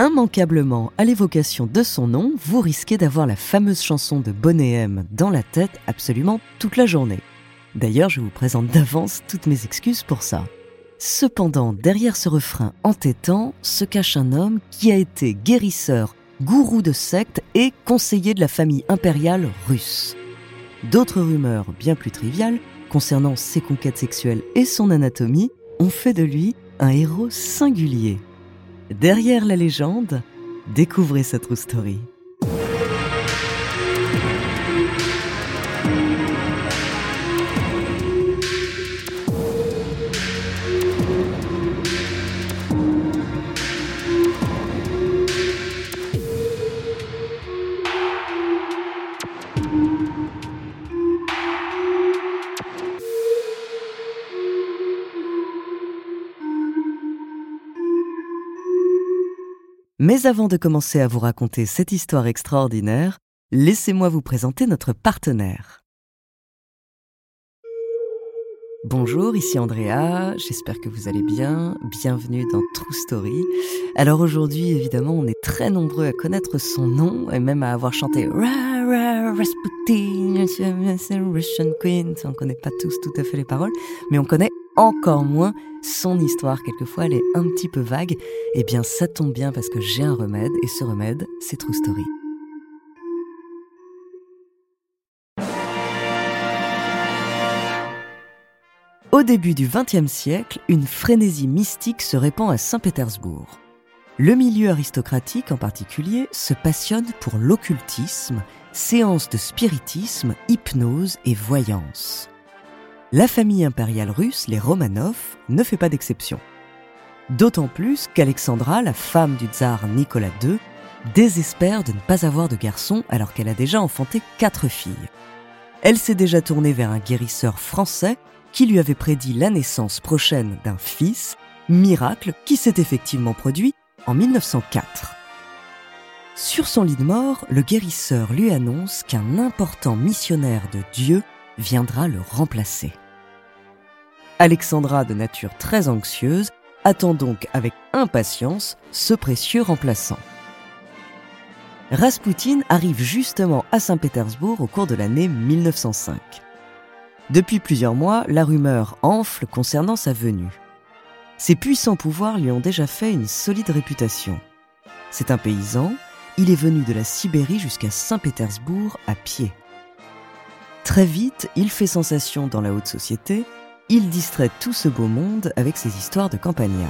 Immanquablement, à l'évocation de son nom, vous risquez d'avoir la fameuse chanson de Boney M dans la tête absolument toute la journée. D'ailleurs, je vous présente d'avance toutes mes excuses pour ça. Cependant, derrière ce refrain entêtant se cache un homme qui a été guérisseur, gourou de secte et conseiller de la famille impériale russe. D'autres rumeurs bien plus triviales concernant ses conquêtes sexuelles et son anatomie ont fait de lui un héros singulier. Derrière la légende, découvrez sa true story. Mais avant de commencer à vous raconter cette histoire extraordinaire, laissez-moi vous présenter notre partenaire. Bonjour, ici Andrea, j'espère que vous allez bien. Bienvenue dans True Story. Alors aujourd'hui, évidemment, on est très nombreux à connaître son nom et même à avoir chanté Ra Ra Rasputin, Russian Queen. On ne connaît pas tous tout à fait les paroles, mais on connaît encore moins son histoire. Quelquefois, elle est un petit peu vague. Eh bien, ça tombe bien parce que j'ai un remède et ce remède, c'est True Story. Au début du XXe siècle, une frénésie mystique se répand à Saint-Pétersbourg. Le milieu aristocratique en particulier se passionne pour l'occultisme, séances de spiritisme, hypnose et voyance. La famille impériale russe, les Romanov, ne fait pas d'exception. D'autant plus qu'Alexandra, la femme du tsar Nicolas II, désespère de ne pas avoir de garçon alors qu'elle a déjà enfanté 4 filles. Elle s'est déjà tournée vers un guérisseur français qui lui avait prédit la naissance prochaine d'un fils, miracle qui s'est effectivement produit en 1904. Sur son lit de mort, le guérisseur lui annonce qu'un important missionnaire de Dieu viendra le remplacer. Alexandra, de nature très anxieuse, attend donc avec impatience ce précieux remplaçant. Rasputin arrive justement à Saint-Pétersbourg au cours de l'année 1905. Depuis plusieurs mois, la rumeur enfle concernant sa venue. Ses puissants pouvoirs lui ont déjà fait une solide réputation. C'est un paysan, il est venu de la Sibérie jusqu'à Saint-Pétersbourg à pied. Très vite, il fait sensation dans la haute société, il distrait tout ce beau monde avec ses histoires de campagnards.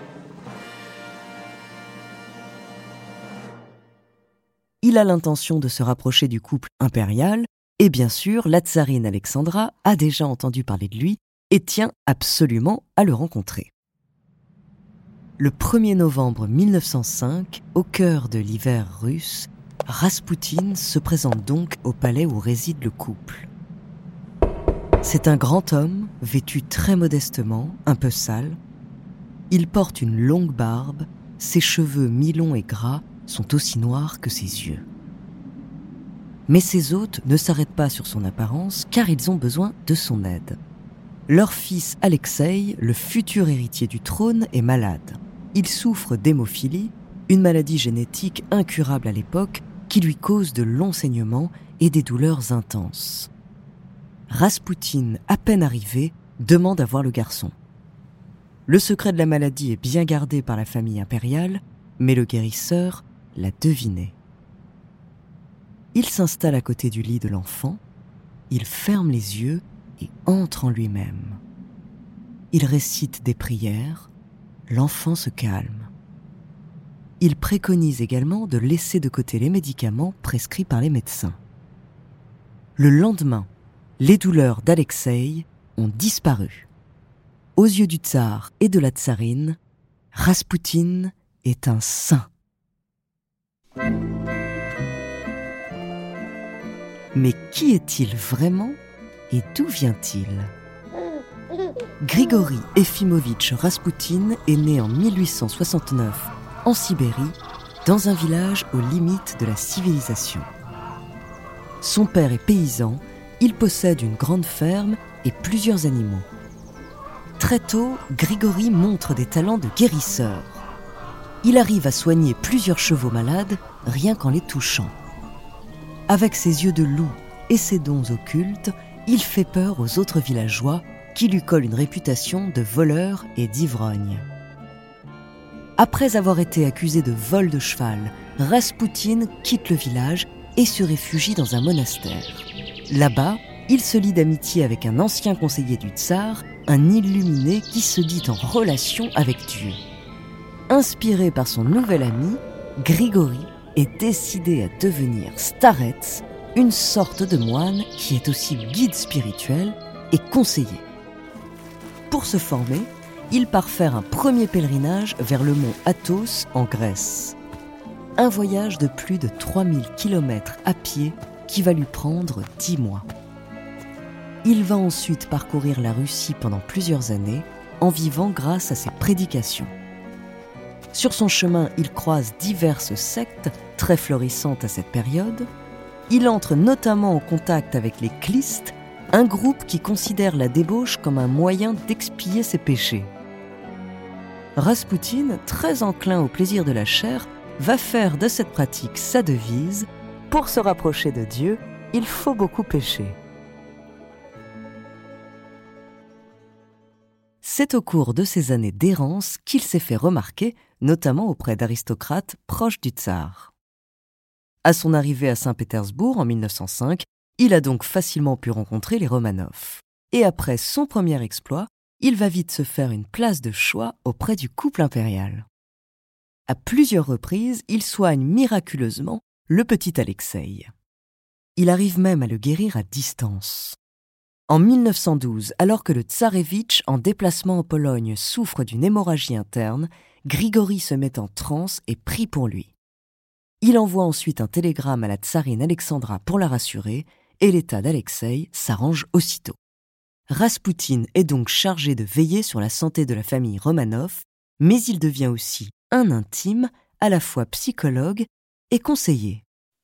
Il a l'intention de se rapprocher du couple impérial, et bien sûr, la tsarine Alexandra a déjà entendu parler de lui et tient absolument à le rencontrer. Le 1er novembre 1905, au cœur de l'hiver russe, Rasputin se présente donc au palais où réside le couple. C'est un grand homme, vêtu très modestement, un peu sale. Il porte une longue barbe, ses cheveux mi-longs et gras sont aussi noirs que ses yeux. Mais ses hôtes ne s'arrêtent pas sur son apparence car ils ont besoin de son aide. Leur fils Alexeï, le futur héritier du trône, est malade. Il souffre d'hémophilie, une maladie génétique incurable à l'époque qui lui cause de longs saignements et des douleurs intenses. Rasputin, à peine arrivé, demande à voir le garçon. Le secret de la maladie est bien gardé par la famille impériale, mais le guérisseur l'a deviné. Il s'installe à côté du lit de l'enfant, il ferme les yeux et entre en lui-même. Il récite des prières, l'enfant se calme. Il préconise également de laisser de côté les médicaments prescrits par les médecins. Le lendemain, les douleurs d'Alexeï ont disparu. Aux yeux du tsar et de la tsarine, Rasputin est un saint. Mais qui est-il vraiment et d'où vient-il ? Grigori Efimovitch Rasputin est né en 1869 en Sibérie, dans un village aux limites de la civilisation. Son père est paysan, il possède une grande ferme et plusieurs animaux. Très tôt, Grigori montre des talents de guérisseur. il arrive à soigner plusieurs chevaux malades rien qu'en les touchant. Avec ses yeux de loup et ses dons occultes, il fait peur aux autres villageois qui lui collent une réputation de voleur et d'ivrogne. Après avoir été accusé de vol de cheval, Raspoutine quitte le village et se réfugie dans un monastère. Là-bas, il se lie d'amitié avec un ancien conseiller du tsar, un illuminé qui se dit en relation avec Dieu. Inspiré par son nouvel ami, Grigori est décidé à devenir starets, une sorte de moine qui est aussi guide spirituel et conseiller. Pour se former, il part faire un premier pèlerinage vers le mont Athos en Grèce. Un voyage de plus de 3000 km à pied qui va lui prendre 10 mois. Il va ensuite parcourir la Russie pendant plusieurs années en vivant grâce à ses prédications. Sur son chemin, il croise diverses sectes très florissantes à cette période. Il entre notamment en contact avec les Khlistes, un groupe qui considère la débauche comme un moyen d'expier ses péchés. Raspoutine, très enclin au plaisir de la chair, va faire de cette pratique sa devise. Pour se rapprocher de Dieu, il faut beaucoup pécher. C'est au cours de ces années d'errance qu'il s'est fait remarquer, notamment auprès d'aristocrates proches du tsar. À son arrivée à Saint-Pétersbourg en 1905, il a donc facilement pu rencontrer les Romanov. Et après son premier exploit, il va vite se faire une place de choix auprès du couple impérial. À plusieurs reprises, il soigne miraculeusement le petit Alexeï. Il arrive même à le guérir à distance. En 1912, alors que le tsarévitch en déplacement en Pologne souffre d'une hémorragie interne, Grigori se met en transe et prie pour lui. Il envoie ensuite un télégramme à la tsarine Alexandra pour la rassurer et l'état d'Alexeï s'arrange aussitôt. Raspoutine est donc chargé de veiller sur la santé de la famille Romanov, mais il devient aussi un intime, à la fois psychologue et conseiller.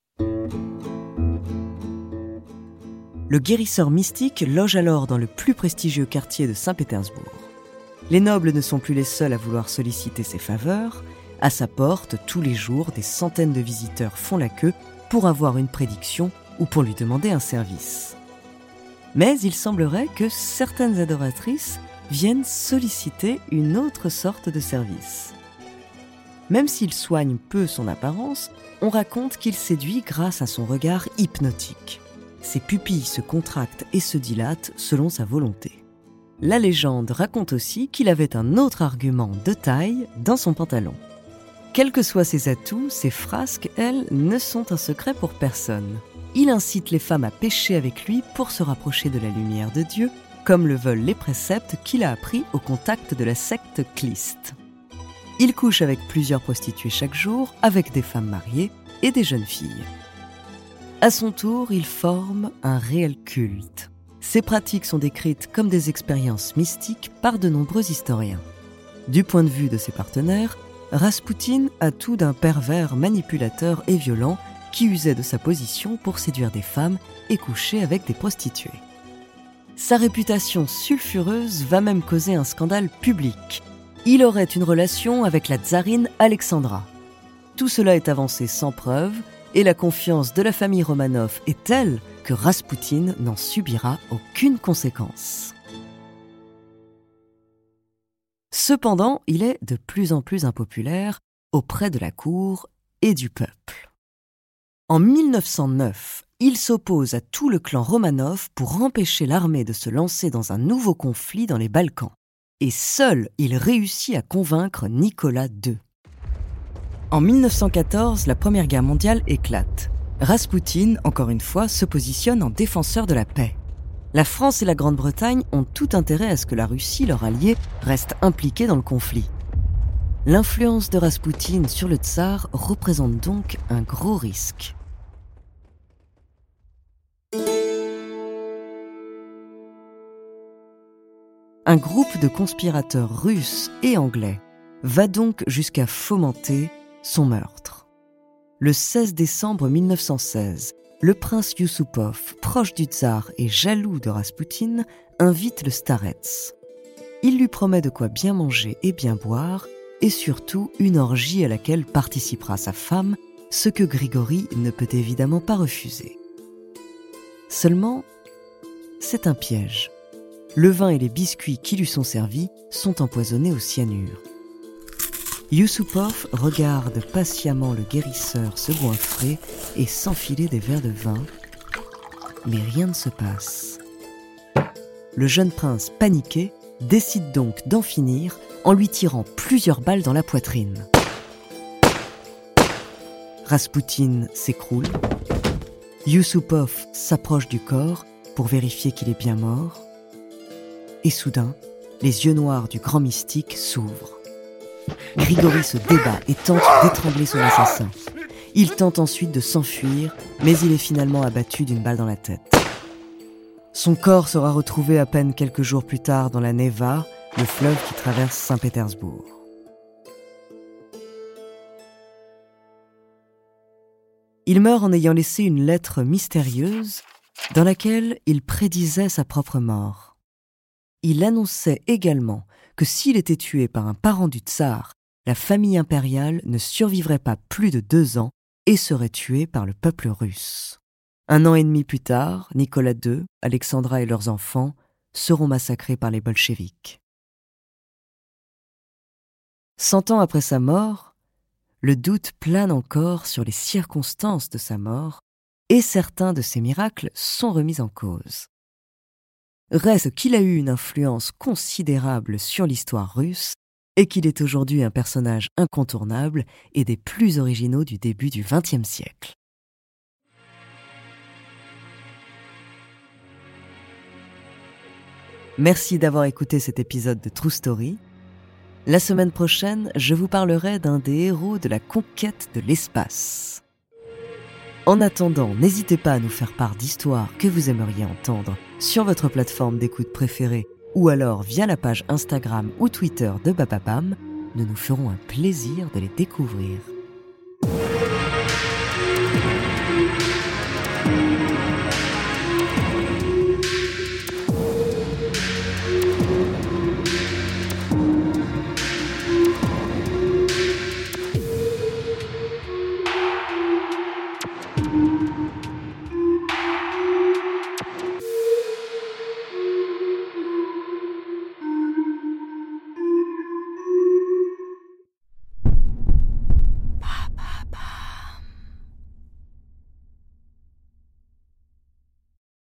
Le guérisseur mystique loge alors dans le plus prestigieux quartier de Saint-Pétersbourg. Les nobles ne sont plus les seuls à vouloir solliciter ses faveurs. À sa porte, tous les jours, des centaines de visiteurs font la queue pour avoir une prédiction ou pour lui demander un service. Mais il semblerait que certaines adoratrices viennent solliciter une autre sorte de service. Même s'il soigne peu son apparence, on raconte qu'il séduit grâce à son regard hypnotique. Ses pupilles se contractent et se dilatent selon sa volonté. La légende raconte aussi qu'il avait un autre argument de taille dans son pantalon. Quels que soient ses atouts, ses frasques, elles, ne sont un secret pour personne. Il incite les femmes à pécher avec lui pour se rapprocher de la lumière de Dieu, comme le veulent les préceptes qu'il a appris au contact de la secte Khliste. Il couche avec plusieurs prostituées chaque jour, avec des femmes mariées et des jeunes filles. À son tour, il forme un réel culte. Ces pratiques sont décrites comme des expériences mystiques par de nombreux historiens. Du point de vue de ses partenaires, Raspoutine a tout d'un pervers manipulateur et violent qui usait de sa position pour séduire des femmes et coucher avec des prostituées. Sa réputation sulfureuse va même causer un scandale public. Il aurait une relation avec la tsarine Alexandra. Tout cela est avancé sans preuve, et la confiance de la famille Romanov est telle que Raspoutine n'en subira aucune conséquence. Cependant, il est de plus en plus impopulaire auprès de la cour et du peuple. En 1909, il s'oppose à tout le clan Romanov pour empêcher l'armée de se lancer dans un nouveau conflit dans les Balkans. Et seul, il réussit à convaincre Nicolas II. En 1914, la Première Guerre mondiale éclate. Raspoutine, encore une fois, se positionne en défenseur de la paix. La France et la Grande-Bretagne ont tout intérêt à ce que la Russie, leur allié, reste impliquée dans le conflit. L'influence de Raspoutine sur le tsar représente donc un gros risque. Un groupe de conspirateurs russes et anglais va donc jusqu'à fomenter son meurtre. Le 16 décembre 1916, le prince Yusupov, proche du tsar et jaloux de Raspoutine, invite le starets. Il lui promet de quoi bien manger et bien boire et surtout une orgie à laquelle participera sa femme, ce que Grigory ne peut évidemment pas refuser. Seulement, c'est un piège. Le vin et les biscuits qui lui sont servis sont empoisonnés au cyanure. Yusupov regarde patiemment le guérisseur se goinfrer et s'enfiler des verres de vin, mais rien ne se passe. Le jeune prince, paniqué, décide donc d'en finir en lui tirant plusieurs balles dans la poitrine. Raspoutine s'écroule. Yusupov s'approche du corps pour vérifier qu'il est bien mort. Et soudain, les yeux noirs du grand mystique s'ouvrent. Grigory se débat et tente d'étrangler son assassin. Il tente ensuite de s'enfuir, mais il est finalement abattu d'une balle dans la tête. Son corps sera retrouvé à peine quelques jours plus tard dans la Neva, le fleuve qui traverse Saint-Pétersbourg. Il meurt en ayant laissé une lettre mystérieuse dans laquelle il prédisait sa propre mort. Il annonçait également que s'il était tué par un parent du tsar, la famille impériale ne survivrait pas plus de 2 ans et serait tuée par le peuple russe. 1 an et demi plus tard, Nicolas II, Alexandra et leurs enfants seront massacrés par les bolcheviks. 100 ans après sa mort, le doute plane encore sur les circonstances de sa mort et certains de ses miracles sont remis en cause. Reste qu'il a eu une influence considérable sur l'histoire russe et qu'il est aujourd'hui un personnage incontournable et des plus originaux du début du XXe siècle. Merci d'avoir écouté cet épisode de True Story. La semaine prochaine, je vous parlerai d'un des héros de la conquête de l'espace. En attendant, n'hésitez pas à nous faire part d'histoires que vous aimeriez entendre sur votre plateforme d'écoute préférée ou alors via la page Instagram ou Twitter de Bababam. Nous nous ferons un plaisir de les découvrir.